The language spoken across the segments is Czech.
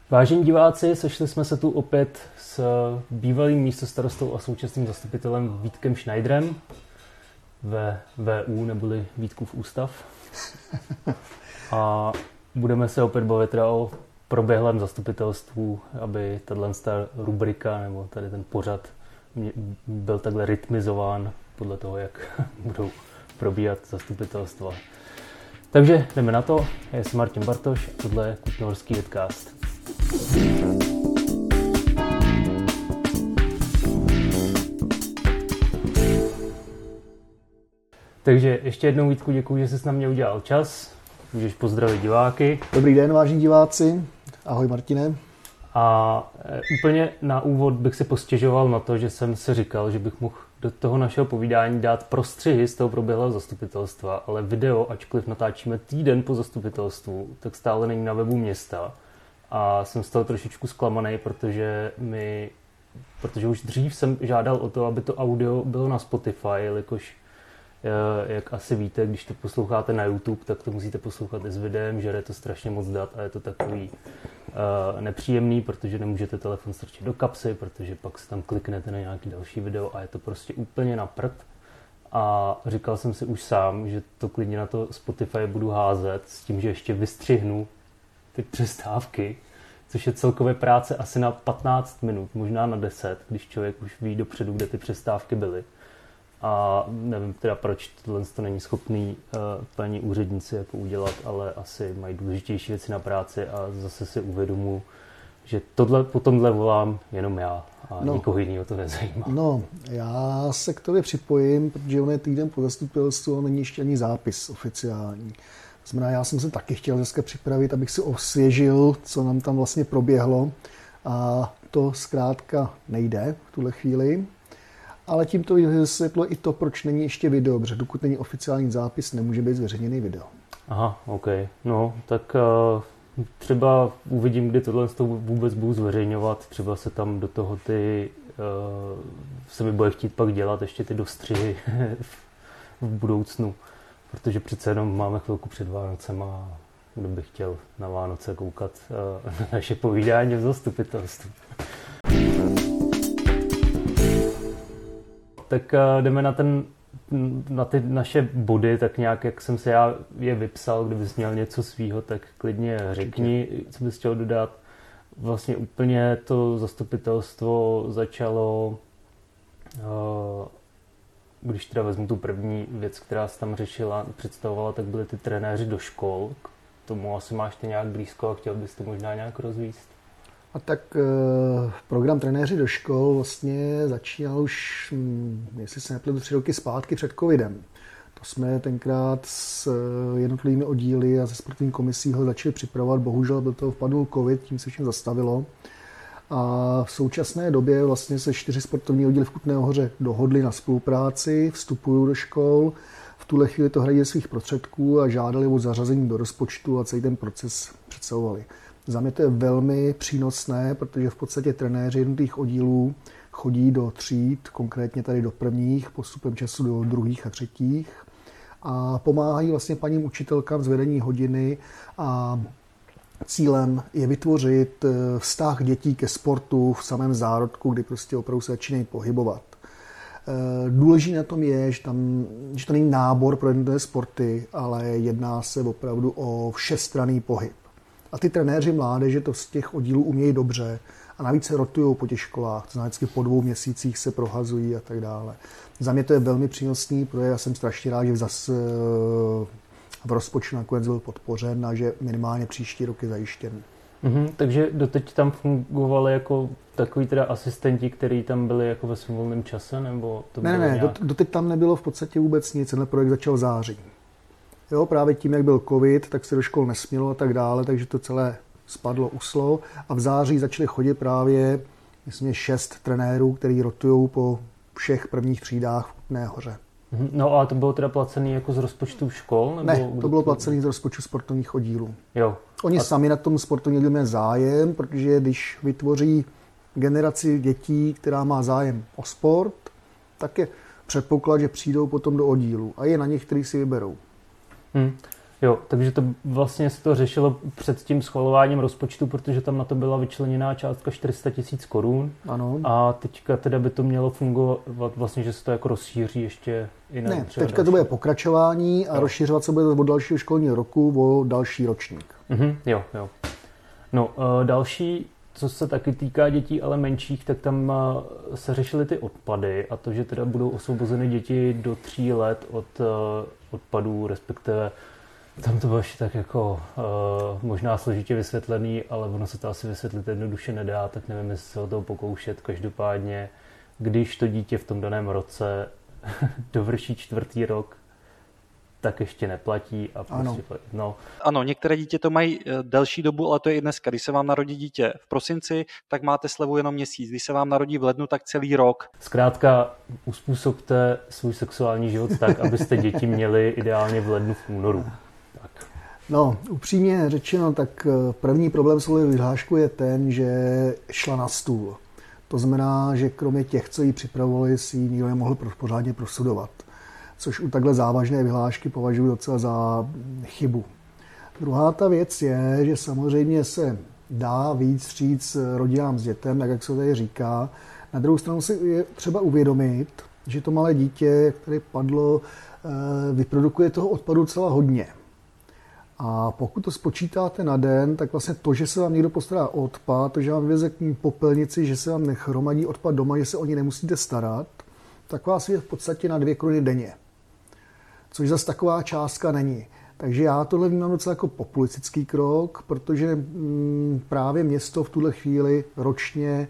Vážení diváci, sešli jsme se tu opět s bývalým místostarostou a současným zastupitelem Vítkem Schneiderem ve VU, neboli Vítkův ústav. A budeme se opět bavit teda o proběhlém zastupitelstvu, aby tato rubrika nebo tady ten pořad byl takhle rytmizován podle toho, jak budou probíhat zastupitelstva. Takže jdeme na to. Já jsem Martin Bartoš a tohle je Kutnohorský vidcast. Takže ještě jednou, Vítku, děkuji, že jsi na mě udělal čas. Můžeš pozdravit diváky. Dobrý den, vážení diváci. Ahoj, Martine. A úplně na úvod bych si postěžoval na to, že jsem si říkal, že bych mohl do toho našeho povídání dát prostřihy z toho proběhlého zastupitelstva, ale video, ačkoliv natáčíme týden po zastupitelstvu, tak stále není na webu města. A jsem z toho trošičku zklamaný, protože už dřív jsem žádal o to, aby to audio bylo na Spotify, jelikož, jak asi víte, když to posloucháte na YouTube, tak to musíte poslouchat i s videem, žere to strašně moc dat a je to takový nepříjemný, protože nemůžete telefon strčit do kapsy, protože pak se tam kliknete na nějaký další video a je to prostě úplně na prd. A říkal jsem si už sám, že to klidně na to Spotify budu házet s tím, že ještě vystřihnu ty přestávky, což je celkově práce asi na 15 minut, možná na 10, když člověk už ví dopředu, kde ty přestávky byly. A nevím teda, proč tohle to není schopný paní úředníci jako udělat, ale asi mají důležitější věci na práci a zase si uvědomuji, že po tomhle volám jenom já a nikoho jiného to nezajímá. No, já se k tobě připojím, protože on je týden po zastupitelstvu a není ještě ani zápis oficiální. To znamená, já jsem se taky chtěl dneska připravit, abych si osvěžil, co nám tam vlastně proběhlo. A to zkrátka nejde v tuhle chvíli. Ale tím to vysvětluje i to, proč není ještě video, protože dokud není oficiální zápis, nemůže být zveřejněný video. Aha, OK. No, tak třeba uvidím, kdy tohle vůbec budu zveřejňovat. Třeba se tam do toho se mi bude chtít pak dělat ještě ty dostřihy v budoucnu. Protože přece jenom máme chvilku před Vánocem a kdo by chtěl na Vánoce koukat na naše povídání v zastupitelstvu. Tak jdeme na ty naše body, tak nějak, jak jsem se já je vypsal, kdybys měl něco svýho, tak klidně řekni, co bys chtěl dodat. Vlastně úplně to zastupitelstvo začalo, když teda vezmu tu první věc, která se tam představovala, tak byly ty trenéři do škol. K tomu asi máš ty nějak blízko a chtěl bys to možná nějak rozvíct. A tak program trenéři do škol vlastně začínal už, jestli se nepletu, 3 roky zpátky před covidem. To jsme tenkrát s jednotlivými oddíly a se sportovní komisí ho začali připravovat. Bohužel do toho vpadl covid, tím se všechno zastavilo. A v současné době vlastně se 4 sportovní oddíly v Kutné Hoře dohodly na spolupráci, vstupují do škol. V tuhle chvíli to hradí ze svých prostředků a žádali o zařazení do rozpočtu a celý ten proces představovali. Za mě to je velmi přínosné, protože v podstatě trenéři jednotlivých oddílů chodí do tříd, konkrétně tady do prvních, postupem času do druhých a třetích a pomáhají vlastně paním učitelkám z vedení hodiny a cílem je vytvořit vztah dětí ke sportu v samém zárodku, kdy prostě opravdu se začínají pohybovat. Důležité na tom je, že to není nábor pro jednotlivé sporty, ale jedná se opravdu o všestranný pohyb. A ty trenéři mládeže to z těch oddílů umějí dobře a navíc se rotují po těch školách, to znamená, vždycky po 2 měsících se prohazují a tak dále. Za mě to je velmi přínosný, protože já jsem strašně rád, že zase v rozpočtu nakonec byl podpořen a že minimálně příští rok je zajištěn. Takže doteď tam fungovali jako takový teda asistenti, kteří tam byli jako ve svém volném čase, nebo to bylo nějak... doteď tam nebylo v podstatě vůbec nic, tenhle projekt začal v září. Jo, právě tím, jak byl covid, tak se do škol nesmělo a tak dále, takže to celé spadlo, uslo. A v září začali chodit právě, myslím, 6 trenérů, kteří rotujou po všech prvních třídách v Kutné Hoře. No a to bylo teda placený jako z rozpočtu škol? Nebo ne, to bylo placený z rozpočtu sportovních oddílů. Jo. Oni sami na tom sportovní oddílu mají zájem, protože když vytvoří generaci dětí, která má zájem o sport, tak je předpoklad, že přijdou potom do oddílu a je na nich, kteří si vyberou. Jo, takže to vlastně se to řešilo před tím schvalováním rozpočtu, protože tam na to byla vyčleněná částka 400 000 korun. Ano. A teďka teda by to mělo fungovat vlastně, že se to jako rozšíří ještě i na Ne, teďka to bude pokračování a rozšiřovat se bude od dalšího školního roku o další ročník. Jo. No, další, co se taky týká dětí, ale menších, tak tam se řešily ty odpady a to, že teda budou osvobozeny děti do 3 let od odpadů, respektive tam to bylo ještě tak jako možná složitě vysvětlený, ale ono se to asi vysvětlit jednoduše nedá, tak nevím, jestli se o toho pokoušet. Každopádně, když to dítě v tom daném roce dovrší 4. rok, tak ještě neplatí a prostě no. Ano, některé dítě to mají delší dobu, ale to je i dneska. Když se vám narodí dítě v prosinci, tak máte slevu jenom měsíc. Když se vám narodí v lednu, tak celý rok. Zkrátka uspůsobte svůj sexuální život tak, abyste děti měli ideálně v lednu, v únoru. Tak. No, upřímně řečeno, tak první problém s vyhláškou je ten, že šla na stůl. To znamená, že kromě těch, co ji připravovali, si ji nikdo nemohl pořádně prostudovat. Což u takhle závažné vyhlášky považuji docela za chybu. Druhá ta věc je, že samozřejmě se dá víc říct rodinám s dětem, tak jak se tady říká. Na druhou stranu si je třeba uvědomit, že to malé dítě, jak tady padlo, vyprodukuje toho odpadu docela hodně. A pokud to spočítáte na den, tak vlastně to, že se vám někdo postará o odpad, to, že vám vyveze k popelnici, že se vám nechromadí odpad doma, že se o ní nemusíte starat, tak vás je v podstatě na 2 koruny denně. Což zase taková částka není. Takže já tohle vnímám docela jako populistický krok, protože právě město v tuhle chvíli ročně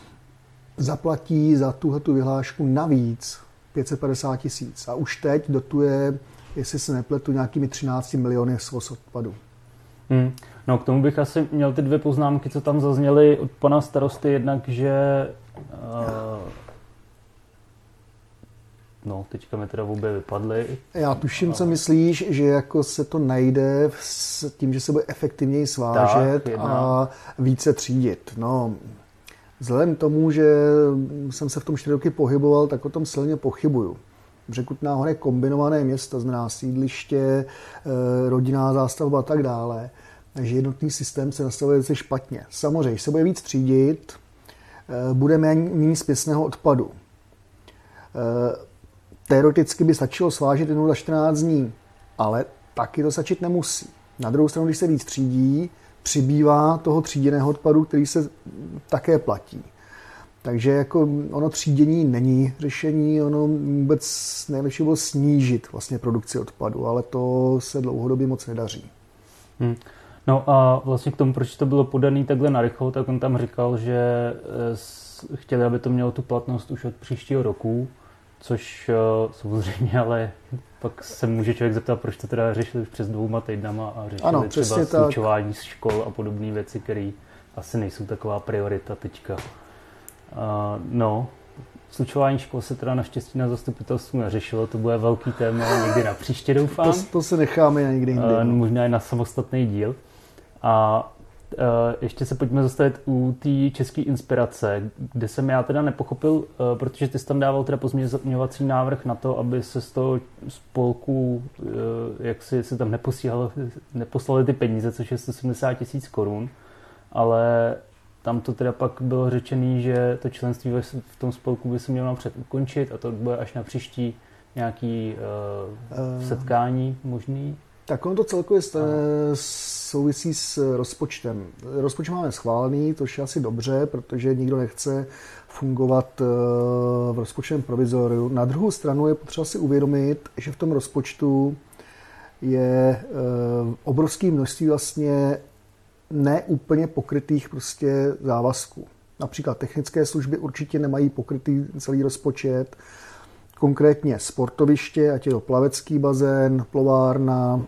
zaplatí za tuhletu vyhlášku navíc 550 000. A už teď dotuje, jestli se nepletu, nějakými 13 miliony svoz odpadu. No, k tomu bych asi měl ty 2 poznámky, co tam zazněly od pana starosty. Jednak, že no, teďka mi teda vůbec vypadly. Já tuším, co myslíš, že jako se to najde s tím, že se bude efektivněji svážet a více třídit. No, vzhledem k tomu, že jsem se v tom 4 roky pohyboval, tak o tom silně pochybuju. Protože Kutná Hora je kombinované město, znamená sídliště, rodinná zástavba a tak dále. Takže jednotný systém se nastavuje velice špatně. Samozřejmě, když se bude víc třídit, bude méně spěsného odpadu. Teoreticky by stačilo svážet jednou za 14 dní, ale taky to stačit nemusí. Na druhou stranu, když se víc třídí, přibývá toho tříděného odpadu, který se také platí. Takže jako ono třídění není řešení, ono vůbec nejlepší bylo snížit vlastně produkci odpadu, ale to se dlouhodobě moc nedaří. No a vlastně k tomu, proč to bylo podané takhle narychlo, tak on tam říkal, že chtěli, aby to mělo tu platnost už od příštího roku, což samozřejmě, ale pak se může člověk zeptat, proč to teda řešili už přes 2 týdnama a řešili třeba slučování z škol a podobné věci, které asi nejsou taková priorita teďka. No, slučování škol se teda naštěstí na zastupitelstvu neřešilo, to bude velký téma někdy na příště, doufám. To se necháme někdy jindy. Možná i na samostatný díl. A ještě se pojďme zastavit u té české inspirace, kde jsem já teda nepochopil, protože ty jsi tam dával teda pozměňovací návrh na to, aby se z toho spolku, jak si tam neposlali ty peníze, což je 170 000 korun, ale tam to teda pak bylo řečený, že to členství v tom spolku by se mělo napřed ukončit a to bude až na příští nějaký setkání možný. Tak ono to celkově souvisí s rozpočtem. Rozpočet máme schválený, což je asi dobře, protože nikdo nechce fungovat v rozpočtovém provizoriu. Na druhou stranu je potřeba si uvědomit, že v tom rozpočtu je obrovské množství vlastně neúplně pokrytých prostě závazků. Například technické služby určitě nemají pokrytý celý rozpočet, konkrétně sportoviště, ať je to plavecký bazén, plovárna,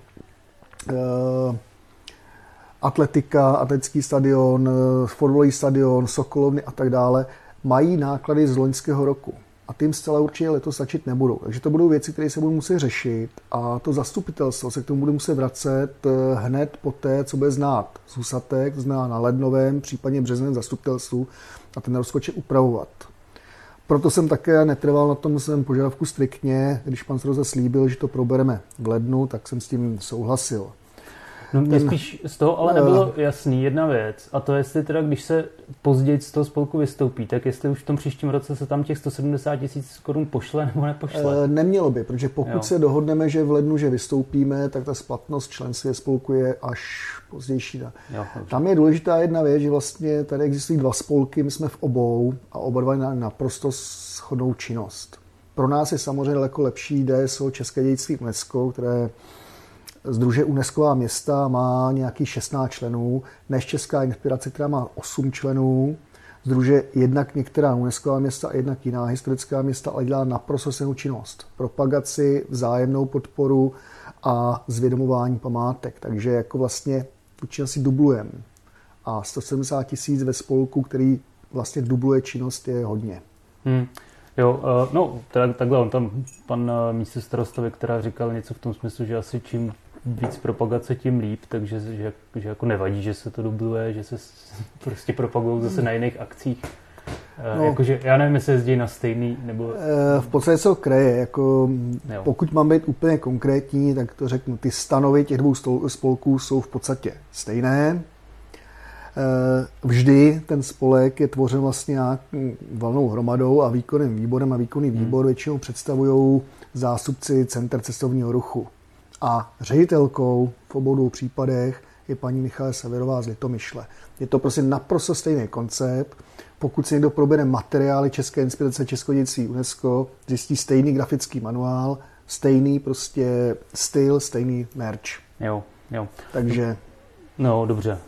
atletika, atletický stadion, fotbalový stadion, sokolovny a tak dále, mají náklady z loňského roku. A tím zcela určitě letos stačit nebudou. Takže to budou věci, které se budou muset řešit a to zastupitelstvo se k tomu bude muset vracet hned poté, co bude znát zůstatek, to znamená na lednovém, případně březnovém zastupitelstvu a ten rozpočet upravovat. Proto jsem také netrval na tom svém požadavku striktně, když pan starosta slíbil, že to probereme v lednu, tak jsem s tím souhlasil. No mě spíš z toho ale nebylo jasný jedna věc, a to jestli teda, když se později z toho spolku vystoupí, tak jestli už v tom příštím roce se tam těch 170 000 korun pošle nebo nepošle. Nemělo by, protože pokud se dohodneme, že v lednu, že vystoupíme, tak ta splatnost členství spolku je až pozdější. Tam je důležitá jedna věc, že vlastně tady existují dva spolky, my jsme v obou a oba dva na naprosto shodnou činnost. Pro nás je samozřejmě daleko lepší DSO České dědictví UNESCO, které sdružuje UNESCOvá města, má nějakých 16 členů, než Česká inspirace, která má 8 členů. Sdružuje jednak některá UNESCOvá města a jednak jiná historická města, ale dělá naprosto stejnou činnost. Propagaci, vzájemnou podporu a zvědomování památek. Takže jako vlastně tu činnost si dublujeme. A 170 000 ve spolku, který vlastně dubluje činnost, je hodně. Jo, no takhle, on tam pan místostarosta Viktora říkal něco v tom smyslu, že asi čím víc propagace, tím líp, takže že jako nevadí, že se to dubluje, že se prostě propagují zase na jiných akcích. Jakože já nevím, jestli jezdí na stejný, nebo... V podstatě jsou kraje, jako pokud mám být úplně konkrétní, tak to řeknu, ty stanovy těch dvou spolků jsou v podstatě stejné. Vždy ten spolek je tvořen vlastně valnou hromadou a výkonným výborem a výkonný výbor většinou představují zástupci Center cestovního ruchu. A ředitelkou v obou dvou případech je paní Michala Severová z Litomyšle. Je to prostě naprosto stejný koncept. Pokud si někdo probere materiály České inspirace Českého dědictví UNESCO, zjistí stejný grafický manuál, stejný prostě styl, stejný merch. Jo. Takže... No, dobře.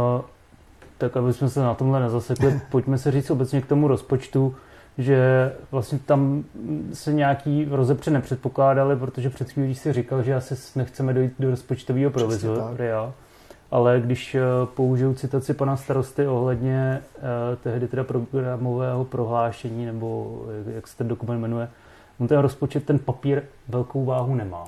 Tak aby jsme se na tomhle nezasekli, pojďme se říct obecně k tomu rozpočtu, že vlastně tam se nějaký rozepře nepředpokládali, protože před chvílí si říkal, že asi nechceme dojít do rozpočtového provizoria, ale když použiju citaci pana starosty ohledně tehdy teda programového prohlášení, nebo jak se ten dokument jmenuje, on ten rozpočet, ten papír velkou váhu nemá.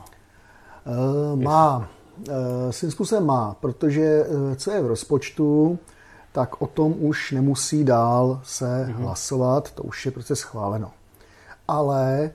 Má. Svým způsobem má, protože co je v rozpočtu, tak o tom už nemusí dál se hlasovat, to už je prostě schváleno. Ale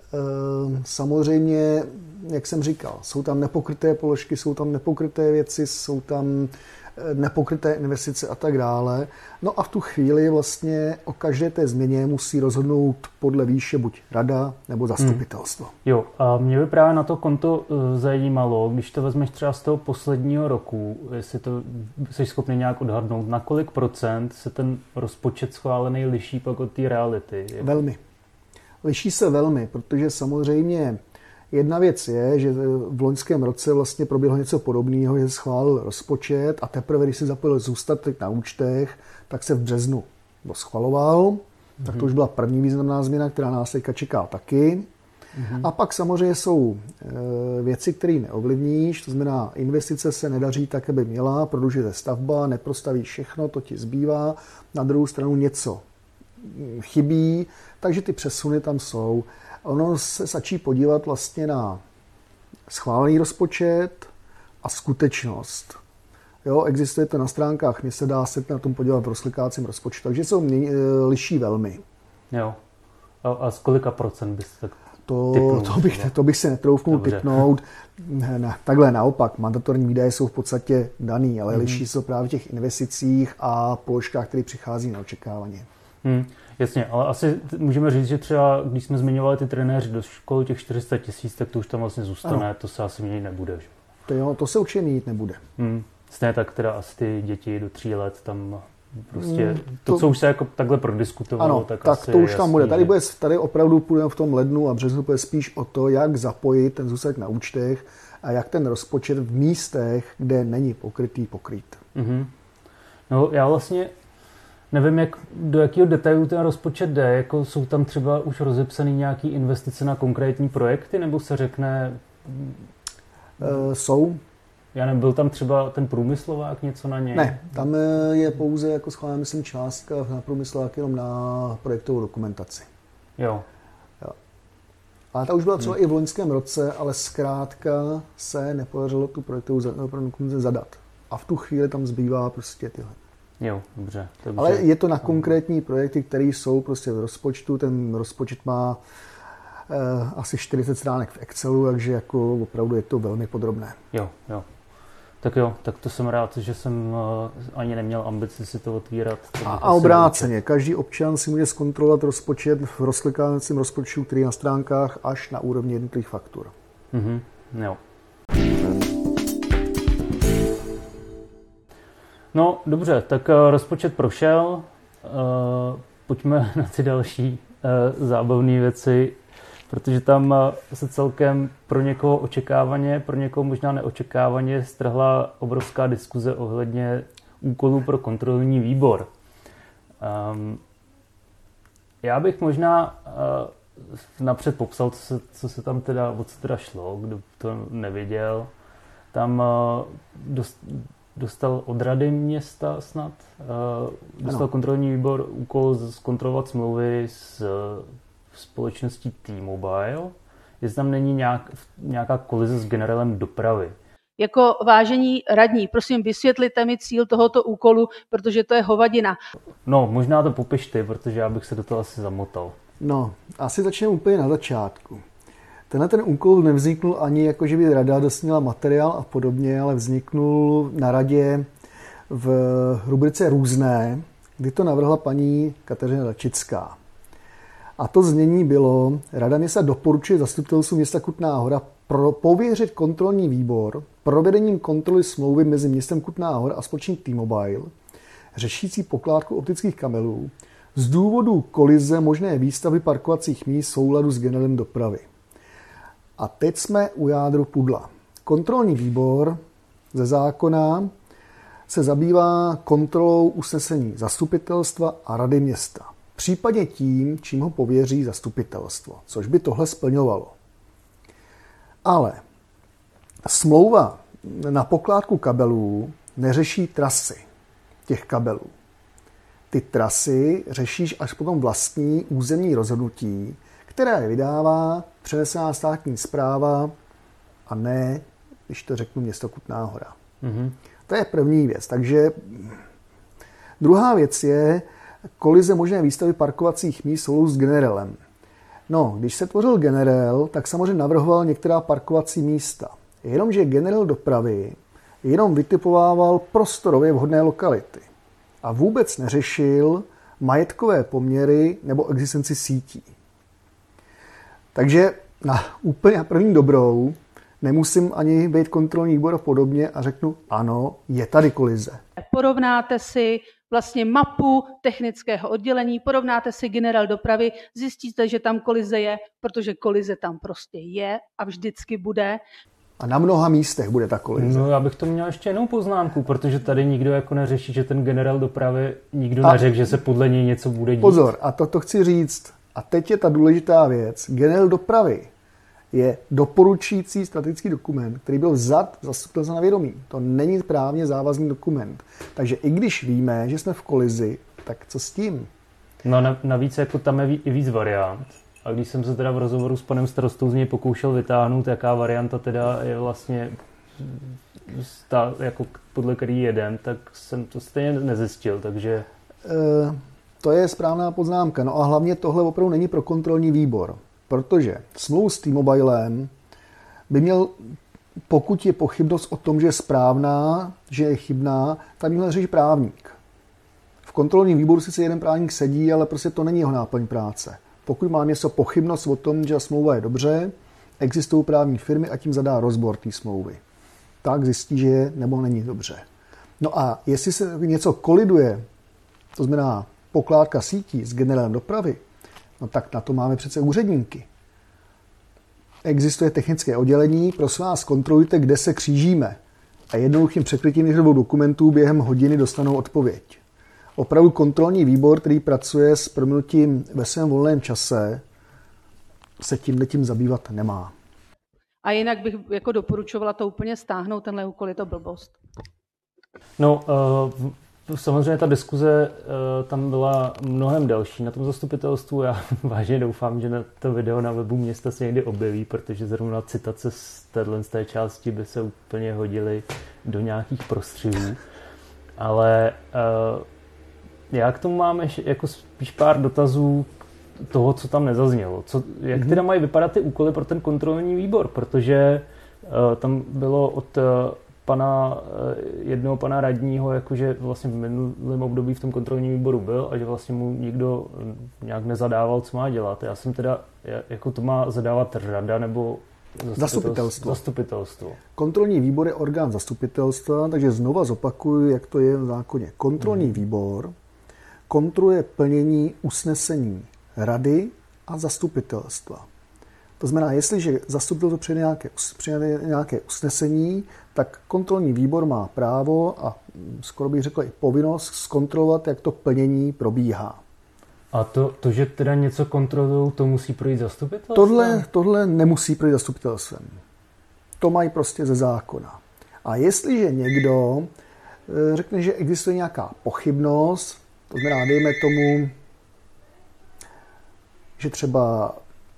samozřejmě, jak jsem říkal, jsou tam nepokryté položky, jsou tam nepokryté věci, jsou tam nepokryté investice a tak dále. No a v tu chvíli vlastně o každé té změně musí rozhodnout podle výše buď rada nebo zastupitelstvo. Jo, a mě by právě na to konto zajímalo, když to vezmeš třeba z toho posledního roku, jestli to jsi schopný nějak odhadnout, na kolik procent se ten rozpočet schválený liší pak od té reality? Velmi. Liší se velmi, protože samozřejmě jedna věc je, že v loňském roce vlastně proběhlo něco podobného, že schválil rozpočet a teprve, když se zapojil zůstatek na účtech, tak se v březnu schvaloval. Tak to už byla první významná změna, která nás teďka čeká taky. A pak samozřejmě jsou věci, které neovlivníš, to znamená, investice se nedaří tak, aby měla, prodlužuje stavba, neprostavíš všechno, to ti zbývá. Na druhou stranu něco chybí, takže ty přesuny tam jsou. Ono se stačí podívat vlastně na schválený rozpočet a skutečnost. Jo, existuje to na stránkách, mně se dá se na tom podívat v rozklikácím rozpočtu, takže se liší velmi. Jo. A z kolika procent bys tak to bych se netroufnul tipnout. Takhle naopak, mandatorní výdaje jsou v podstatě daný, ale liší se právě v těch investicích a položkách, které přichází na očekávání. Jasně, ale asi můžeme říct, že třeba, když jsme zmiňovali ty trenéři do škol, těch 400 000, tak to už tam vlastně zůstane, ano. To se asi měnit nebude. Že? To se určitě měnit nebude. Stejně tak teda asi ty děti do 3 let tam prostě, to co už se jako takhle prodiskutovalo, ano, tak asi to už tam bude. Tady opravdu půjdeme v tom lednu a březnu bude spíš o to, jak zapojit ten zůstatek na účtech a jak ten rozpočet v místech, kde není pokrytý, pokrýt. No já vlastně nevím, do jakého detailu ten rozpočet jde. Jako jsou tam třeba už rozepsané nějaké investice na konkrétní projekty, nebo se řekne... Jsou. Já nevím, byl tam třeba ten průmyslovák, něco na něj? Ne, tam je pouze jako schválená, myslím, částka na průmyslovák jenom na projektovou dokumentaci. Jo. Ale ta už byla třeba i v loňském roce, ale zkrátka se nepodařilo tu projektovou dokumentaci zadat. A v tu chvíli tam zbývá prostě tyhle. Jo, dobře. Ale je to na konkrétní projekty, které jsou prostě v rozpočtu. Ten rozpočet má asi 40 stránek v Excelu, takže jako opravdu je to velmi podrobné. Jo. Tak jo, tak to jsem rád, že jsem ani neměl ambici si to otvírat. A obráceně, každý občan si může zkontrolovat rozpočet v rozklikávacím rozpočtu, který je na stránkách až na úrovni jednotlivých faktur. Jo. No dobře, tak rozpočet prošel, pojďme na ty další zábavné věci, protože tam se celkem pro někoho očekávaně, pro někoho možná neočekávaně strhla obrovská diskuze ohledně úkolů pro kontrolní výbor. Já bych možná napřed popsal, co se tam teda, o co teda šlo, kdo to nevěděl. Tam dostal od rady města snad, dostal kontrolní výbor úkol zkontrolovat smlouvy s společností T-Mobile, jestli tam není nějaká kolize s generálem dopravy. Jako vážení radní, prosím vysvětlite mi cíl tohoto úkolu, protože to je hovadina. No, možná to popiš ty, protože já bych se do toho asi zamotal. No, asi začneme úplně na začátku. Ten úkol nevzniknul ani jako, že by rada dostala materiál a podobně, ale vzniknul na radě v rubrice Různé, kdy to navrhla paní Kateřina Račická. A to znění bylo, Rada města doporučuje zastupitelstvu města Kutná Hora pověřit kontrolní výbor provedením kontroly smlouvy mezi městem Kutná Hora a společností T-Mobile, řešící pokládku optických kabelů, z důvodu kolize možné výstavby parkovacích míst v souladu s generálem dopravy. A teď jsme u jádru pudla. Kontrolní výbor ze zákona se zabývá kontrolou usnesení zastupitelstva a rady města. Případně tím, čím ho pověří zastupitelstvo, což by tohle splňovalo. Ale smlouva na pokládku kabelů neřeší trasy těch kabelů. Ty trasy řešíš až potom vlastní územní rozhodnutí, které vydává přenesená státní správa a ne, když to řeknu, město Kutná Hora. To je první věc. Takže druhá věc je kolize možné výstavy parkovacích míst souladu s generálem. No, když se tvořil generál, tak samozřejmě navrhoval některá parkovací místa. Jenomže generál dopravy jenom vytipovával prostorově vhodné lokality a vůbec neřešil majetkové poměry nebo existenci sítí. Takže na úplně první dobrou nemusím ani být kontrolní výbor a podobně a řeknu, ano, je tady kolize. Porovnáte si vlastně mapu technického oddělení, porovnáte si generál dopravy, zjistíte, že tam kolize je, protože kolize tam prostě je a vždycky bude. A na mnoha místech bude ta kolize. No, já bych to měl ještě jednou poznámku, protože tady nikdo jako neřeší, že ten generál dopravy, nikdo neřekl, že se podle něj něco bude dít. Pozor, a to chci říct. A teď je ta důležitá věc. Generál dopravy je doporučující strategický dokument, který byl vzat zastupitelstva na vědomí. To není právně závazný dokument. Takže i když víme, že jsme v kolizi, tak co s tím? No navíc jako tam je i víc variant. A když jsem se teda v rozhovoru s panem starostou z něj pokoušel vytáhnout, jaká varianta teda je vlastně ta, jako podle který jeden, tak jsem to stejně nezjistil, takže... To je správná poznámka. No a hlavně tohle opravdu není pro kontrolní výbor. Protože smlouvu s T-Mobilem by měl, pokud je pochybnost o tom, že je správná, že je chybná, tak by měl řešit právník. V kontrolním výboru sice jeden právník sedí, ale prostě to není jeho náplň práce. Pokud má město pochybnost o tom, že smlouva je dobře, existují právní firmy a tím zadá rozbor té smlouvy. Tak zjistí, že je nebo není dobře. No a jestli se něco koliduje, to znamená pokládka sítí s generálem dopravy, no tak na to máme přece úředníky. Existuje technické oddělení, prosím vás, kontrolujte, kde se křížíme. A jednoduchým překrytím těch dvou dokumentů během hodiny dostanou odpověď. Opravdu kontrolní výbor, který pracuje s prominutím ve svém volném čase, se tímhletím zabývat nemá. A jinak bych jako doporučovala to úplně stáhnout, tenhle úkol, je to blbost. No, samozřejmě ta diskuze tam byla mnohem delší na tom zastupitelstvu. Já vážně doufám, že na to video na webu města se někdy objeví, protože zrovna citace z té části by se úplně hodily do nějakých prostřihů. Ale já k tomu mám jako spíš pár dotazů toho, co tam nezaznělo. Jak teda mají vypadat ty úkoly pro ten kontrolní výbor? Protože tam bylo od jednoho pana radního, jakože vlastně v minulém období v tom kontrolním výboru byl a že vlastně mu nikdo nějak nezadával, co má dělat. Já jsem teda, jako to má zadávat rada nebo zastupitelstvo. Kontrolní výbor je orgán zastupitelstva, takže znova zopakuju, jak to je v zákoně. Kontrolní výbor kontroluje plnění usnesení rady a zastupitelstva. To znamená, jestliže zastupitelstvo přijde nějaké usnesení, tak kontrolní výbor má právo a skoro bych řekl i povinnost zkontrolovat, jak to plnění probíhá. A to, že teda něco kontrolují, to musí projít zastupitelstvem? Tohle nemusí projít zastupitelstvem. To mají prostě ze zákona. A jestliže někdo řekne, že existuje nějaká pochybnost, to znamená, dejme tomu, že třeba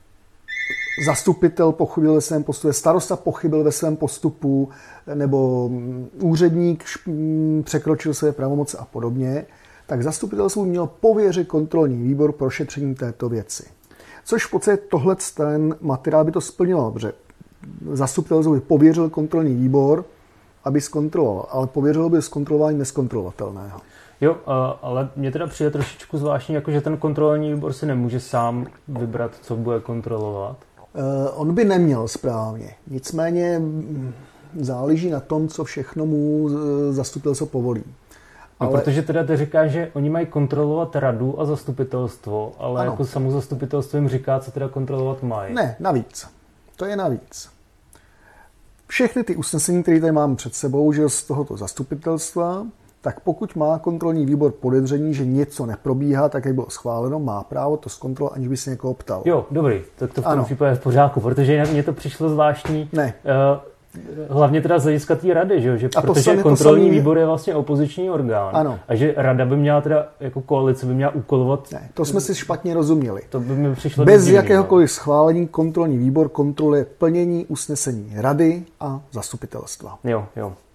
zastupitel pochybil ve svém postupu, starosta pochybil ve svém postupu, nebo úředník překročil své pravomoci a podobně, tak zastupitelstvo mělo pověřit kontrolní výbor prošetření této věci. Což v podstatě ten materiál by to splnilo, protože zastupitelstvo by pověřil kontrolní výbor, aby zkontroloval, ale pověřilo by zkontrolování neskontrolovatelného. Jo, ale mně teda přijde trošičku zvláštní, jakože ten kontrolní výbor si nemůže sám vybrat, co bude kontrolovat. On by neměl správně. Nicméně záleží na tom, co všechno mu zastupitelstvo povolí. No, ale... Protože teda ty říkáš, že oni mají kontrolovat radu a zastupitelstvo, ale ano. Jako samo zastupitelstvo jim říká, co teda kontrolovat mají. Ne, navíc. To je navíc. Všechny ty usnesení, které tady máme před sebou, že z tohoto zastupitelstva, tak pokud má kontrolní výbor podezření, že něco neprobíhá, tak jak bylo schváleno, má právo to zkontrolovat, aniž by se někoho ptal. Jo, dobrý, tak to v tom případě je v pořádku, protože jinak mně to přišlo zvláštní. Ne. Hlavně teda z hlediska té rady, že? Protože kontrolní výbor je vlastně opoziční orgán. Ano. A že rada by měla teda, jako koalice by měla úkolovat... Ne, to jsme si špatně rozuměli. To by mi přišlo bez jakéhokoliv schválení kontrolní výbor kontroluje plnění usnesení rady a zastupitelstva. Jo.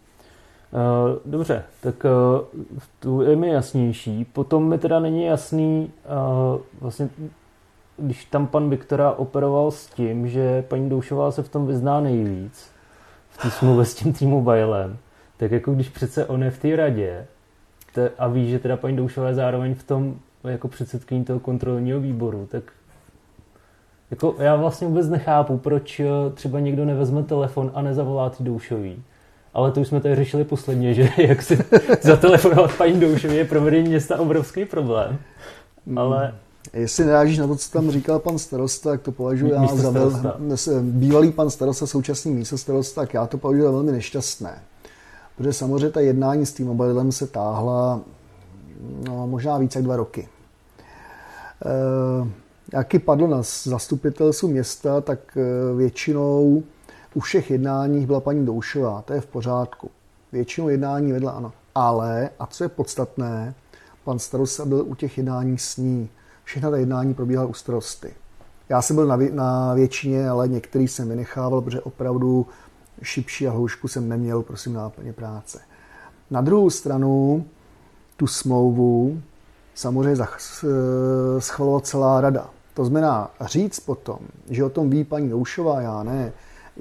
Dobře, tak to je mi jasnější. Potom mi teda není jasný, vlastně, když tam pan Viktora operoval s tím, že paní Doušová se v tom vyzná nejvíc, v té smlouvě s tím T-Mobilem, tak jako když přece on je v té radě a ví, že teda paní Doušová je zároveň v tom jako předsedkyní toho kontrolního výboru, tak jako já vlastně vůbec nechápu, proč třeba někdo nevezme telefon a nezavolá ty Doušový. Ale to už jsme tady řešili posledně, že jak si zatelefonovat paní Doušově je pro vedení města obrovský problém. Ale... Jestli nerážíš na to, co tam říkal pan starosta, tak to považuji já za bývalý pan starosta, současný místostarosta, tak já to považuji za velmi nešťastné. Protože samozřejmě ta jednání s T-Mobilem se táhla možná více jak 2 roky. Jak i padlo na zastupitelstvu města, tak většinou u všech jednáních byla paní Doušová, to je v pořádku. Většinou jednání vedla ano. Ale, a co je podstatné, pan starosta byl u těch jednání s ní. Všechna ta jednání probíhala u starosty. Já jsem byl na většině, ale některý jsem vynechával, protože opravdu šipší a houšku jsem neměl, prosím, náplně práce. Na druhou stranu tu smlouvu samozřejmě schvalovala celá rada. To znamená říct potom, že o tom ví paní Doušová, já ne,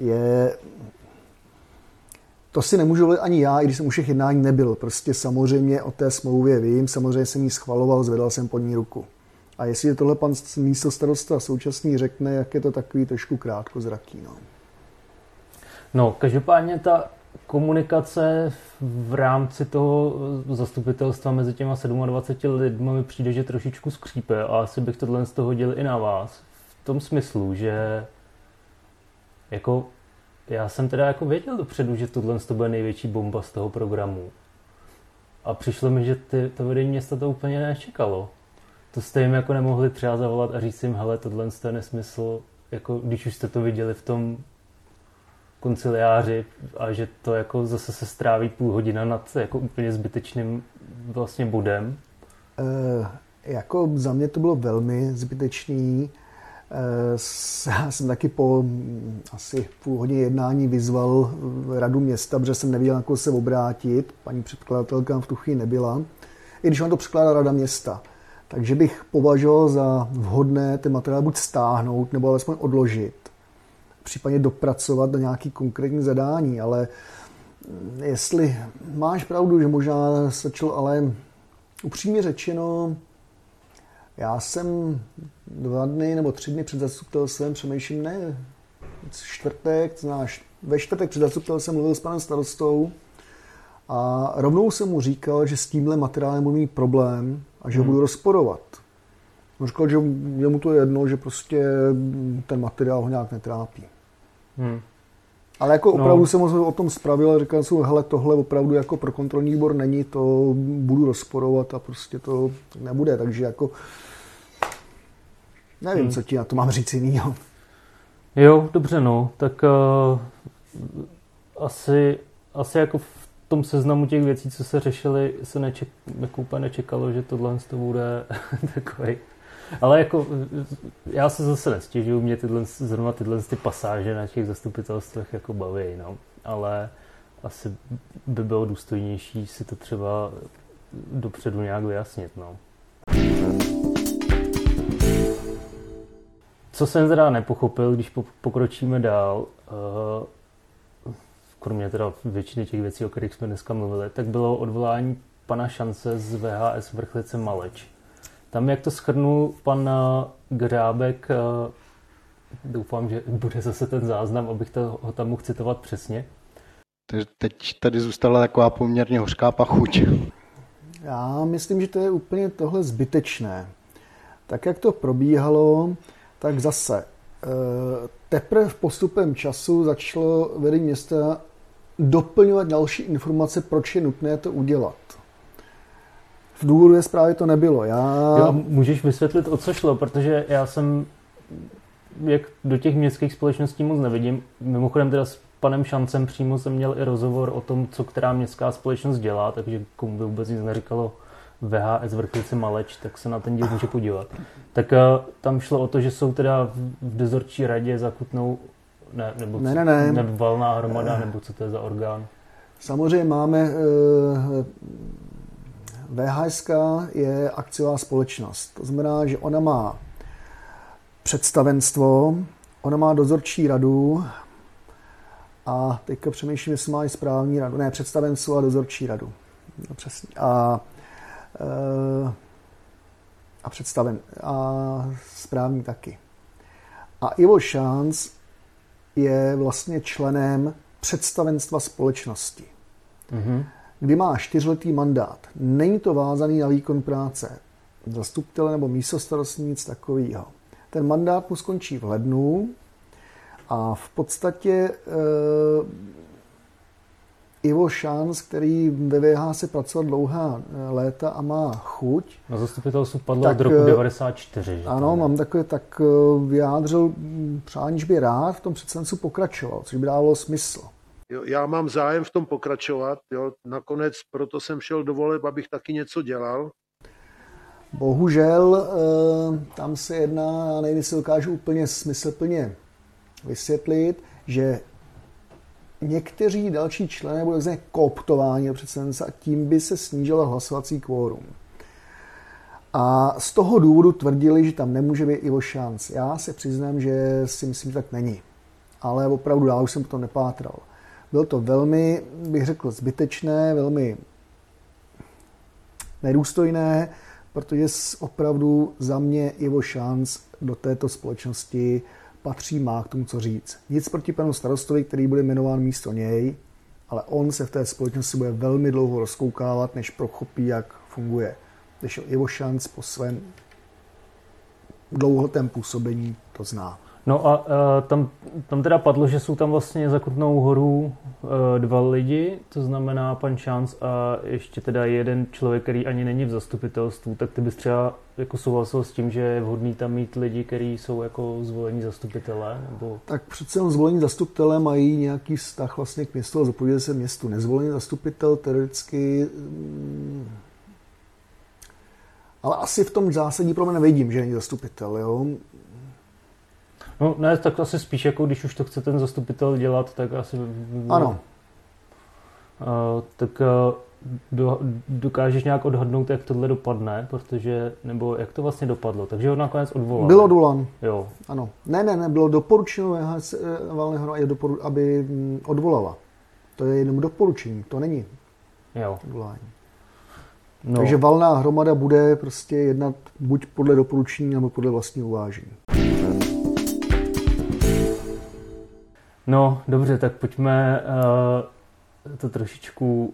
to si nemůžu volit ani já, i když jsem u všech jednání nebyl. Prostě samozřejmě o té smlouvě vím, samozřejmě jsem ji schvaloval, zvedal jsem pod ní ruku. A jestli tohle pan místostarosta současný řekne, jak je to takový trošku krátkozraký. No, každopádně ta komunikace v rámci toho zastupitelstva mezi těma 27 lidmi mi přijde, že trošičku skřípe a asi bych tohle z toho hodil i na vás. V tom smyslu, že jako já jsem teda jako věděl dopředu, že tohle bude největší bomba z toho programu. A přišlo mi, že to vedení města to úplně nečekalo. To jste jim jako nemohli třeba zavolat a říct jim, hele, tohle je nesmysl, jako když už jste to viděli v tom konciliáři a že to jako zase se stráví půl hodina nad jako úplně zbytečným vlastně bodem. Jako za mě to bylo velmi zbytečný. Já jsem taky po asi půl hodině jednání vyzval radu města, protože jsem nevěděl, na koho se obrátit. Paní předkladatelka v tu chvíli nebyla. I když on to překládá rada města. Takže bych považoval za vhodné ten materiál buď stáhnout, nebo alespoň odložit. Případně dopracovat na nějaký konkrétní zadání, ale jestli máš pravdu, že možná stačilo, ale upřímně řečeno, já jsem 2 dny nebo 3 dny před zastupitelstvem přemýšlím, ne, čtvrtek, znáš, ve čtvrtek před zastupitelstvem mluvil s panem starostou a rovnou jsem mu říkal, že s tímhle materiálem budu mít problém a že ho budu rozporovat. On říkal, že je mu to jedno, že prostě ten materiál ho nějak netrápí. Ale jako opravdu jsem o tom spravil a říkal jsem, hele, tohle opravdu jako pro kontrolní výbor není, to budu rozporovat a prostě to nebude, takže jako nevím, co ti na to mám říct jinýho. Jo, dobře, no, tak asi jako v tom seznamu těch věcí, co se řešily, se jako úplně nečekalo, že tohle to bude takovej. Ale jako já se zase nestěžuju, mě zrovna tyhle pasáže na těch zastupitelstvech jako baví, no. Ale asi by bylo důstojnější si to třeba dopředu nějak vyjasnit, no. Co jsem teda nepochopil, když pokročíme dál, kromě teda většiny těch věcí, o kterých jsme dneska mluvili, tak bylo odvolání pana Šance z VHS Vrchlice Maleč. Tam, jak to shrnul pan Grábek, doufám, že bude zase ten záznam, abych ho tam mohl citovat přesně. Takže teď tady zůstala taková poměrně hořká pachuť. Já myslím, že to je úplně tohle zbytečné. Tak, jak to probíhalo, tak zase teprve postupem času začalo vedení města doplňovat další informace, proč je nutné to udělat. V důvodové zprávě to nebylo. Jo, můžeš vysvětlit, o co šlo, protože já jsem, jak do těch městských společností moc nevidím, mimochodem teda s panem Šancem přímo jsem měl i rozhovor o tom, co která městská společnost dělá, takže komu by vůbec nic neříkalo VHS Vrchlice Maleč, tak se na ten díl může podívat. Tak tam šlo o to, že jsou teda v dozorčí radě za Kutnou, nebo valná hromada, nebo co to je za orgán? Samozřejmě máme, VHS je akciová společnost, to znamená, že ona má představenstvo, ona má dozorčí radu a teďka přemýšlím, jestli má i správní radu, ne, představenstvo a dozorčí radu. No, přesně. A správní taky. A Ivo Šanc je vlastně členem představenstva společnosti, kdy má 4letý mandát. Není to vázaný na výkon práce zastupitele nebo místostarostní, nic takového. Ten mandát mu skončí v lednu a v podstatě Ivo Šanc, který ve VHS pracoval dlouhá léta a má chuť. Na zastupitelstvu padlo od roku 1994. Ano, mám takové, tak vyjádřil přání, že by rád v tom představenstvu pokračoval, což by dávalo smysl. Jo, já mám zájem v tom pokračovat, jo, nakonec proto jsem šel do voleb, abych taky něco dělal. Bohužel tam se jedná, nevím, si dokážu úplně smysluplně vysvětlit, že někteří další člené budou takzvané kooptováni do představenstva a tím by se snížilo hlasovací kvórum. A z toho důvodu tvrdili, že tam nemůže být Ivo Šanc. Já se přiznám, že si myslím, že tak není. Ale opravdu dál už jsem to nepátral. Bylo to velmi, bych řekl, zbytečné, velmi nedůstojné, protože opravdu za mě Ivo Šanc do této společnosti patří, má k tomu co říct. Nic proti panu starostovi, který bude jmenován místo něj, ale on se v té společnosti bude velmi dlouho rozkoukávat, než pochopí, jak funguje. Když Ivo Šanc po svém dlouhletém působení to zná. No a tam teda padlo, že jsou tam vlastně za Kutnou Horu 2 lidi, to znamená pan Šanc a ještě teda jeden člověk, který ani není v zastupitelstvu, tak ty bys třeba jako souhlasil s tím, že je vhodný tam mít lidi, kteří jsou jako zvolení zastupitelé? Nebo... Tak přece zvolení zastupitelé mají nějaký vztah vlastně k městu a zodpovídají se městu. Nezvolený zastupitel teoreticky... Ale asi v tom zásadní problém nevidím, že není zastupitel, jo? No ne, tak asi spíš jako když už to chce ten zastupitel dělat, tak asi... Ano. Tak dokážeš nějak odhadnout, jak tohle dopadne, protože, nebo jak to vlastně dopadlo, takže ho nakonec odvolal. Byl odvolán. Jo. Ano. Ne, bylo doporučeno VHS Valné Hromadě, aby odvolala. To je jenom doporučení, to není Jo. odvolání. No. Takže valná hromada bude prostě jednat buď podle doporučení, nebo podle vlastního uvážení. No, dobře, tak pojďme to trošičku,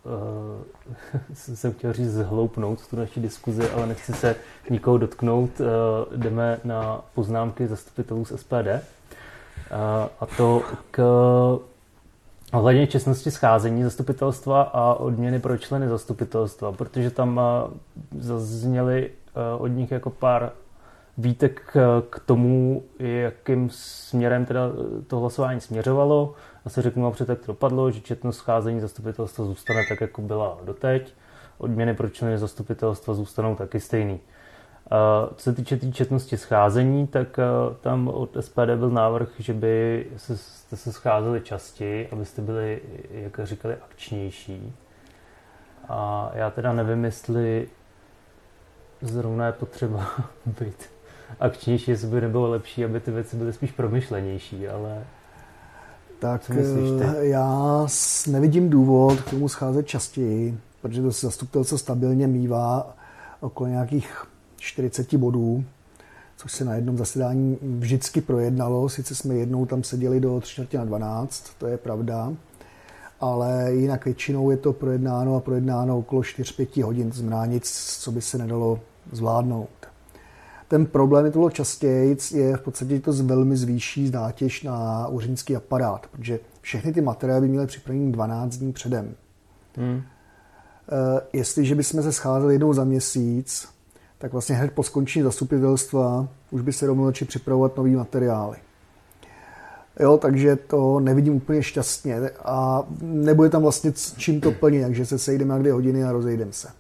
jsem chtěl říct zhloupnout tu naši diskuzi, ale nechci se nikoho dotknout. Jdeme na poznámky zastupitelů z SPD. A to k ohledně čestnosti scházení zastupitelstva a odměny pro členy zastupitelstva, protože tam zazněly od nich jako pár výtek k tomu, jakým směrem teda to hlasování směřovalo. A se řeknu napřed, jak to dopadlo, že četnost scházení zastupitelstva zůstane tak, jako byla doteď. Odměny pro členy zastupitelstva zůstanou taky stejný. Co se týče četnosti scházení, tak tam od SPD byl návrh, že by jste se scházeli častěji, abyste byli, jak říkali, akčnější. A já teda nevím, jestli zrovna je potřeba být akčnější, jestli by nebylo lepší, aby ty věci byly spíš promyšlenější, ale tak co myslíš ty? Já nevidím důvod k tomu scházet častěji, protože to zastupitelstvo stabilně mívá okolo nějakých 40 bodů, což se na jednom zasedání vždycky projednalo. Sice jsme jednou tam seděli do 11:45, to je pravda, ale jinak většinou je to projednáno okolo 4-5 hodin, to znamená nic, co by se nedalo zvládnout. Ten problém, je to bylo častěji, je v podstatě, to velmi zvýší zátěž na úřednický aparát, protože všechny ty materiály by měly připravený 12 dní předem. Jestliže bychom se scházeli jednou za měsíc, tak vlastně hned po skončení zastupitelstva už by se rovnou začali připravovat nový materiály. Jo, takže to nevidím úplně šťastně a nebude tam vlastně čím to plnit, takže se sejdeme na 2 hodiny a rozejdeme se.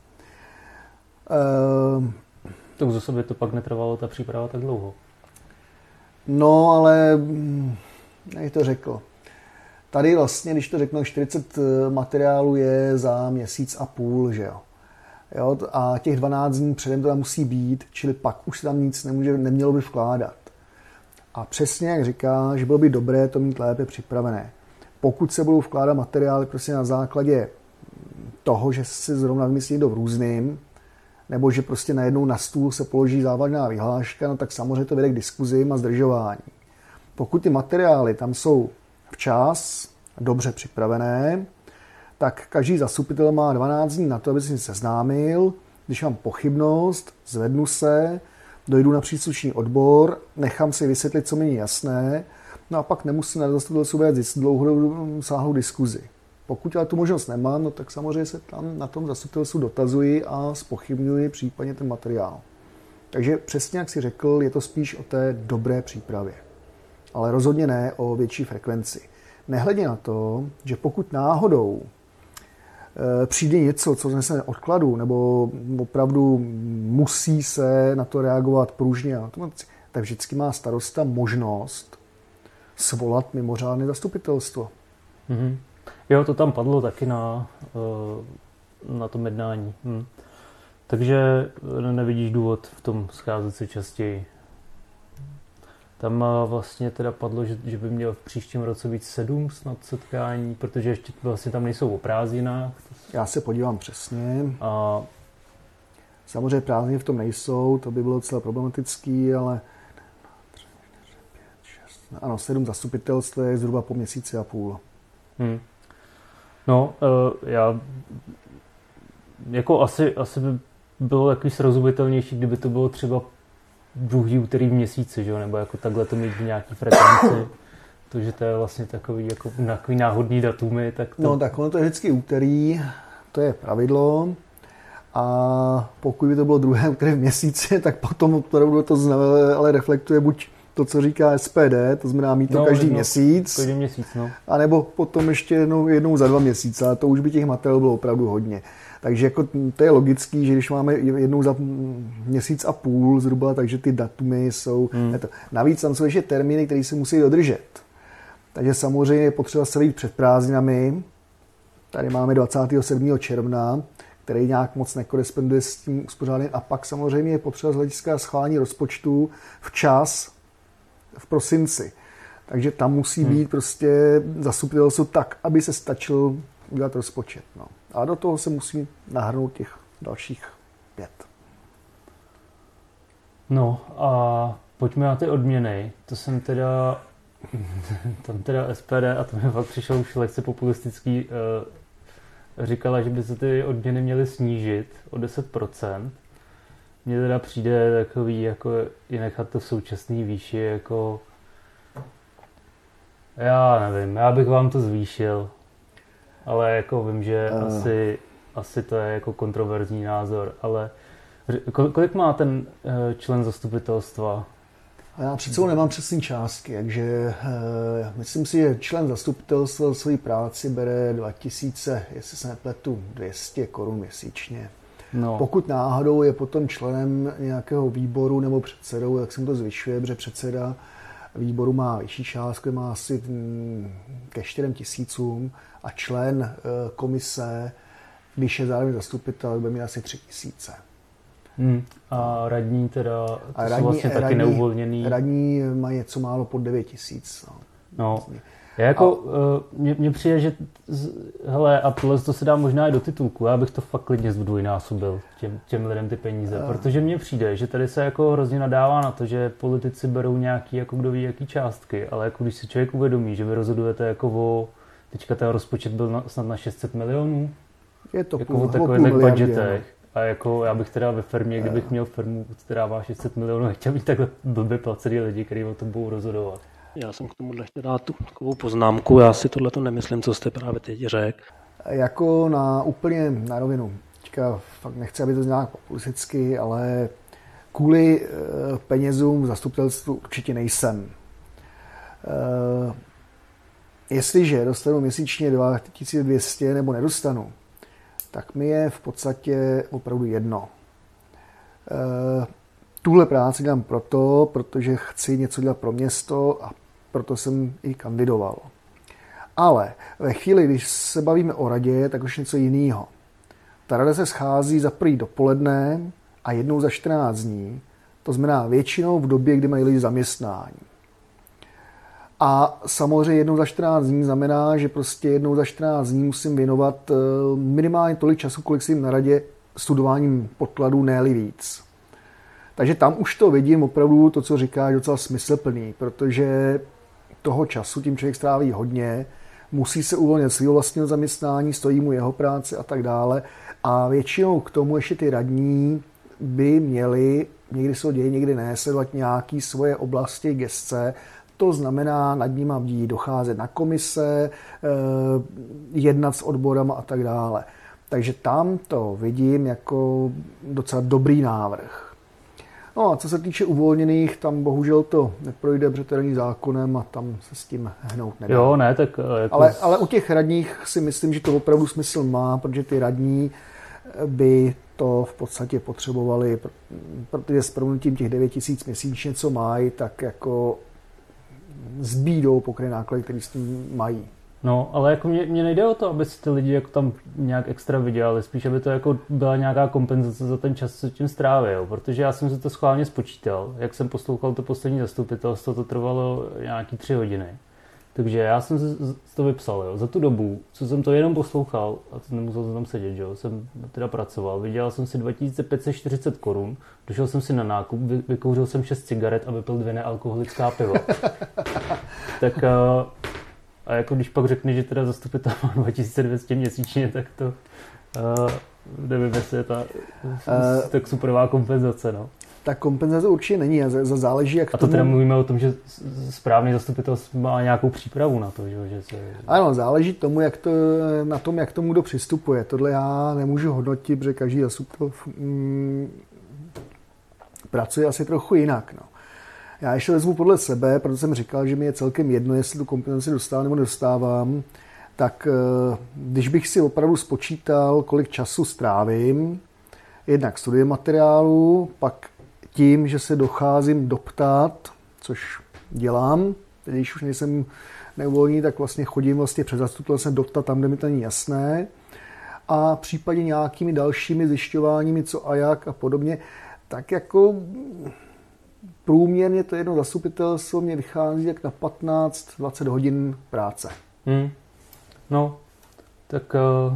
To za sobě to pak netrvalo ta příprava tak dlouho. No, ale jak to řekl. Tady vlastně, když to řeknu, 40 materiálů je za měsíc a půl, že jo. Jo, a těch 12 dní předem to tam musí být, čili pak už se tam nic nemělo by vkládat. A přesně jak říká, že bylo by dobré to mít lépe připravené. Pokud se budou vkládat materiály prostě na základě toho, že se zrovna vymyslí někdo v různým, nebo že prostě najednou na stůl se položí závažná vyhláška, no tak samozřejmě to vede k diskuzím a zdržování. Pokud ty materiály tam jsou včas, dobře připravené, tak každý zastupitel má 12 dní na to, aby se seznámil. Když mám pochybnost, zvednu se, dojdu na příslušný odbor, nechám si vysvětlit, co mi je jasné, no a pak nemusím na zastupitelstvu vést dlouhodobou sáhlou diskuzi. Pokud ale tu možnost nemám, no tak samozřejmě se tam na tom zastupitelstvu dotazuji a zpochybňuji případně ten materiál. Takže přesně jak si řekl, je to spíš o té dobré přípravě. Ale rozhodně ne o větší frekvenci. Nehledě na to, že pokud náhodou přijde něco, co znese odkladu, nebo opravdu musí se na to reagovat pružně, tak vždycky má starosta možnost svolat mimořádné zastupitelstvo. Mm-hmm. Jo, to tam padlo taky na tom jednání. Takže nevidíš důvod v tom scházet se častěji. Tam vlastně teda padlo, že by měl v příštím roce být 7 snad setkání, protože ještě vlastně tam nejsou o prázdninách. Já se podívám přesně. A samozřejmě prázdniny v tom nejsou, to by bylo docela problematický, ale ano, 7 zastupitelstv je zhruba po měsíci a půl. No, já jako asi by bylo takový srozumitelnější, kdyby to bylo třeba druhý úterý v měsíci, že? Nebo jako takhle to mít v nějaký frekvenci. To, že to je vlastně takový náhodný datumy. Tak to... No tak ono to je vždycky úterý, to je pravidlo. A pokud by to bylo druhé úterý v měsíci, tak potom opravdu to ale reflektuje buď to, co říká SPD, to znamená mít to každý měsíc. Každý měsíc, no. A nebo potom ještě jednou za 2 měsíce, a to už by těch materiálů bylo opravdu hodně. Takže jako to je logický, že když máme jednou za měsíc a půl zhruba, takže ty datumy jsou... Navíc tam jsou ještě termíny, které se musí dodržet. Takže samozřejmě je potřeba se vyjít před prázdninami. Tady máme 27. června, který nějak moc nekoresponduje s tím uspořádáním. A pak samozřejmě je potřeba z hlediska schválení rozpočtu včas v prosinci. Takže tam musí být prostě zastupitelstvo tak, aby se stačil udělat rozpočet. No. A do toho se musí nahrnout těch dalších 5. No a pojďme na ty odměny. To jsem teda, tam teda SPD, a to mi fakt přišlo už lehce populistický, říkala, že by se ty odměny měly snížit o 10%. Mně teda přijde takový, jako je nechat to v současné výši, jako já nevím, já bych vám to zvýšil, ale jako vím, že asi to je jako kontroverzní názor, ale kolik má ten člen zastupitelstva? A já přece nemám přesný částky, takže myslím si, že člen zastupitelstva svoji práci bere 2000, jestli se nepletu, 200 korun měsíčně. No. Pokud náhodou je potom členem nějakého výboru nebo předsedou, tak se mu to zvyšuje, protože předseda výboru má vyšší částku, má asi ke 4 000 a člen komise, když je zároveň zastupitel, bude mít asi 3 000. A radní teda, to jsou vlastně taky neuvolněný. Radní mají něco málo pod 9 000. No. Já jako, mně přijde, že hele, a tohle to se dá možná i do titulku, já bych to fakt klidně zdvojnásobil těm lidem ty peníze, protože mně přijde, že tady se jako hrozně nadává na to, že politici berou nějaký, jako kdo ví, jaký částky, ale jako když si člověk uvědomí, že vy rozhodujete jako teďka ten rozpočet byl snad na 600 milionů, je to jako o takových budgetech. A jako já bych teda ve firmě, kdybych měl firmu, která má 600 milionů, nechtěl být takhle blbě placený lidi, kteří o tom budou rozhodovat. Já jsem k tomuhle chtěl dát takovou poznámku, já si tohle to nemyslím, co jste právě teď řekl. Jako úplně na rovinu. Teďka fakt nechci, aby to nějak populisticky, ale kvůli penězům v zastupitelstvu určitě nejsem. Jestliže dostanu měsíčně 2200 nebo nedostanu, tak mi je v podstatě opravdu jedno. Tuhle práci dělám protože chci něco dělat pro město a proto jsem i kandidoval. Ale ve chvíli, když se bavíme o radě, tak už něco jiného. Ta rada se schází za první dopoledne a jednou za 14 dní. To znamená většinou v době, kdy mají lidi zaměstnání. A samozřejmě jednou za 14 dní znamená, že prostě jednou za 14 dní musím věnovat minimálně tolik času, kolik si jim na radě studováním podkladů, ne-li víc. Takže tam už to vidím opravdu, to, co říkáš, docela smysluplný, protože toho času tím člověk stráví hodně, musí se uvolnit svého vlastního zaměstnání, stojí mu jeho práce a tak dále. A většinou k tomu ještě ty radní by měli, někdy se to děje, někdy ne, sledovat nějaké svoje oblasti, gesce. To znamená nad nima bdít, docházet na komise, jednat s odborama a tak dále. Takže tam to vidím jako docela dobrý návrh. No a co se týče uvolněných, tam bohužel to neprojde, protože to není zákonem a tam se s tím hnout nedá. Jo, ne, tak jako... ale u těch radních si myslím, že to opravdu smysl má, protože ty radní by to v podstatě potřebovali, protože s proměnutím těch 9 000 měsíčně, co mají, tak jako s bídou pokryje náklady, které s tím mají. No, ale jako mě nejde o to, aby si ty lidi jako tam nějak extra vydělali, spíš aby to jako byla nějaká kompenzace za ten čas, co tím strávil, protože já jsem si to schválně spočítal, jak jsem poslouchal to poslední zastupitelstvo, to trvalo nějaký 3 hodiny. Takže já jsem si to vypsal, jo. Za tu dobu, co jsem to jenom poslouchal, a nemusel jsem tam sedět, jo, jsem teda pracoval, vydělal jsem si 2540 korun, došel jsem si na nákup, vykouřil jsem 6 cigaret a vypil 2 nealkoholická piva. Tak a jako když pak řekne, že teda zastupitel má 2200 měsíčně, tak to nevím, jestli je tak superová kompenzace, no. Ta kompenzace určitě není a záleží, jak a to teda mluvíme o tom, že správný zastupitel má nějakou přípravu na to, že se... Ano, záleží tomu, na tom, jak tomu kdo přistupuje. Tohle já nemůžu hodnotit, protože každý zastupitel pracuje asi trochu jinak, no. Já ještě vezmu podle sebe, protože jsem říkal, že mi je celkem jedno, jestli tu kompenzaci dostávám nebo nedostávám, tak když bych si opravdu spočítal, kolik času strávím, jednak studiem materiálu, pak tím, že se docházím doptat, což dělám, když už nejsem neuvolněný, tak vlastně chodím vlastně před zastupitelstvem doptat tam, kde mi to není jasné, a případně nějakými dalšími zjišťováními, co a jak a podobně, tak jako průměrně to jedno zastupitelstvo mě vychází jak na 15-20 hodin práce. No, tak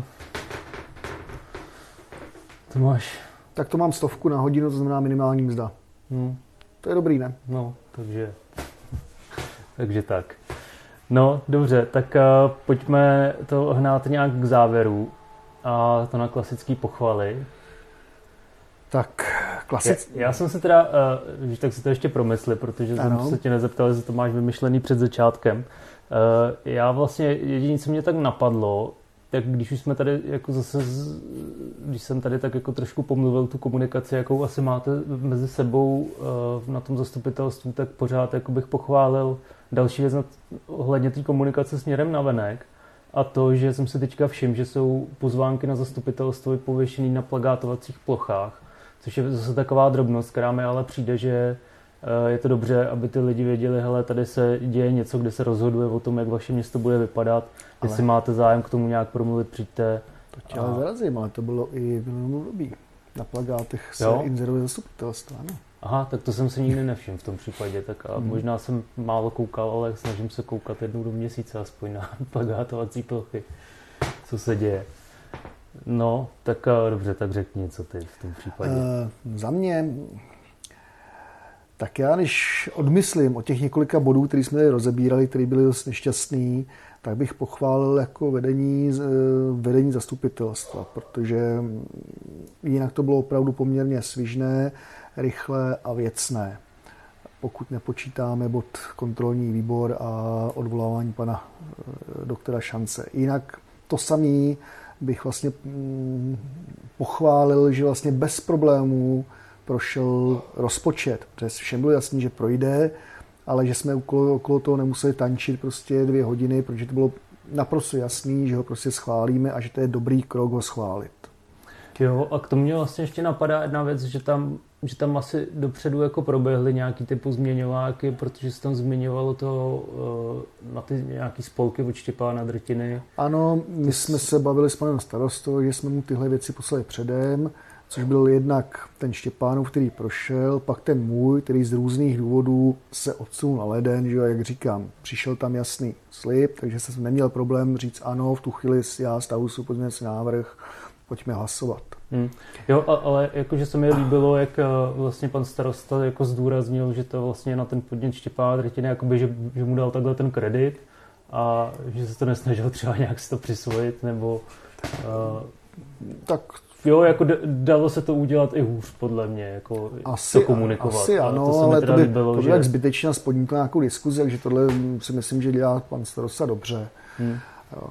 to máš. Tak to mám 100 na hodinu, to znamená minimální mzda. To je dobrý, ne? No, takže tak. No, dobře, tak pojďme to hnát nějak k závěru a to na klasický pochvaly. Tak, klasicky. Já jsem se teda, tak si to ještě promysli, protože jsem se tě nezeptal, jestli to máš vymyšlený před začátkem. Já vlastně jediné, co mě tak napadlo, tak když už jsme tady jako zase, když jsem tady tak jako trošku pomluvil tu komunikaci, jakou asi máte mezi sebou na tom zastupitelstvu, tak pořád jako bych pochválil další věc ohledně té komunikace směrem navenek. A to, že jsem si teďka všiml, že jsou pozvánky na zastupitelstvo pověšený na plagátovacích plochách, což je zase taková drobnost, která mi ale přijde, že je to dobře, aby ty lidi věděli, hele, tady se děje něco, kde se rozhoduje o tom, jak vaše město bude vypadat. Ale jestli máte zájem k tomu nějak promluvit, přijďte. To tě ale zarazím, ale to bylo i v minulém období. Na plakátech se inzeruje zastupitelstva, ano. Aha, tak to jsem si nikdy nevšiml v tom případě, tak možná jsem málo koukal, ale snažím se koukat jednou do měsíce aspoň na plakátovací plochy, co se děje. No, tak dobře, tak řekni něco ty v tom případě. Za mě, tak já když odmyslím o těch několika bodů, které jsme rozebírali, které byly dost nešťastný, tak bych pochválil jako vedení zastupitelstva, protože jinak to bylo opravdu poměrně svižné, rychlé a věcné. Pokud nepočítáme bod kontrolní výbor a odvolávání pana doktora Šance. Jinak to samé bych vlastně pochválil, že vlastně bez problémů prošel rozpočet. Protože všem bylo jasný, že projde, ale že jsme okolo toho nemuseli tančit prostě 2 hodiny, protože to bylo naprosto jasný, že ho prostě schválíme a že to je dobrý krok ho schválit. Jo, a k tomu mě vlastně ještě napadá jedna věc, že tam asi dopředu jako proběhly nějaký ty pozměňováky, protože se tam zmiňovalo to na ty nějaký spolky od Štěpána Drtiny. Ano, my jsme se bavili s panem starostou, že jsme mu tyhle věci poslali předem, což byl jednak ten Štěpánův, který prošel, pak ten můj, který z různých důvodů se odsunul na leden, že jak říkám, přišel tam jasný slib, takže jsem neměl problém říct ano, v tu chvíli já stavu svůj pozměňovací návrh, pojďme hlasovat. Jo, ale jakože se mi líbilo, jak vlastně pan starosta jako zdůraznil, že to vlastně na ten podnět Štěpána Drtiny, jakoby, že mu dal takhle ten kredit a že se to nesnažil třeba nějak si to přisvojit, nebo tak jo, jako dalo se to udělat i hůř, podle mě, jako to komunikovat. Asi ano, to ale to by líbilo, tak zbytečně spodníkl nějakou diskuzi, takže tohle si myslím, že dělá pan starosta dobře. Jo.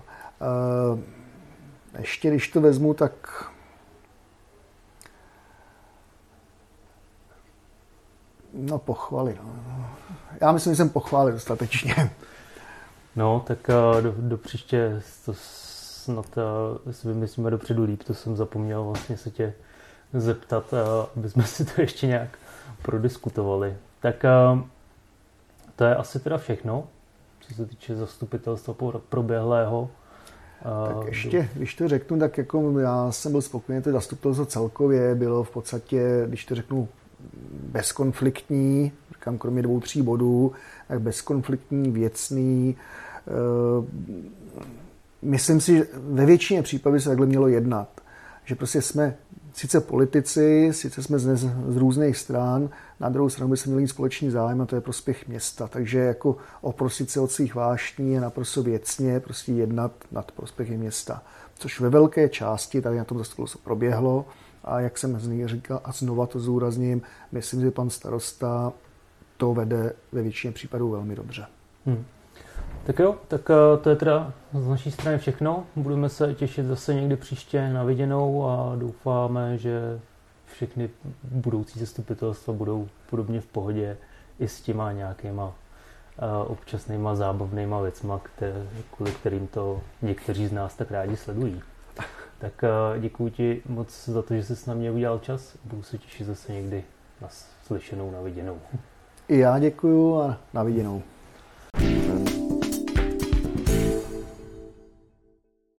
Ještě když to vezmu, tak no pochvaly. No. Já myslím, že jsem pochválil dostatečně. No, tak do příště to snad si vymyslíme dopředu líp, to jsem zapomněl vlastně se tě zeptat, aby jsme si to ještě nějak prodiskutovali. Tak to je asi teda všechno, co se týče zastupitelstva proběhlého. Tak ještě, když to řeknu, tak jako já jsem byl spokojený, to zastupitelstvo celkově bylo v podstatě, když to řeknu, bezkonfliktní, říkám, kromě 2-3 bodů, tak bezkonfliktní, věcný. Myslím si, že ve většině případů se takhle mělo jednat. Že prostě jsme sice politici, sice jsme z různých stran, na druhou stranu by se měli mít společný zájem a to je prospěch města. Takže jako oprosit se od svých vášní a naprosto věcně prostě jednat nad prospěchem města. Což ve velké části tady na tom zastupitelstvu proběhlo a jak jsem říkal a znova to zúrazním, myslím, že pan starosta to vede ve většině případů velmi dobře. Tak jo, tak to je teda z naší strany všechno. Budeme se těšit zase někdy příště na viděnou a doufáme, že všechny budoucí zastupitelstva budou podobně v pohodě i s těma nějakýma občasnýma zábavnýma věcma, kvůli kterým to někteří z nás tak rádi sledují. Tak děkuji ti moc za to, že jsi s námi udělal čas. Budu se těšit zase někdy na slyšenou, na viděnou. I já děkuju a na viděnou.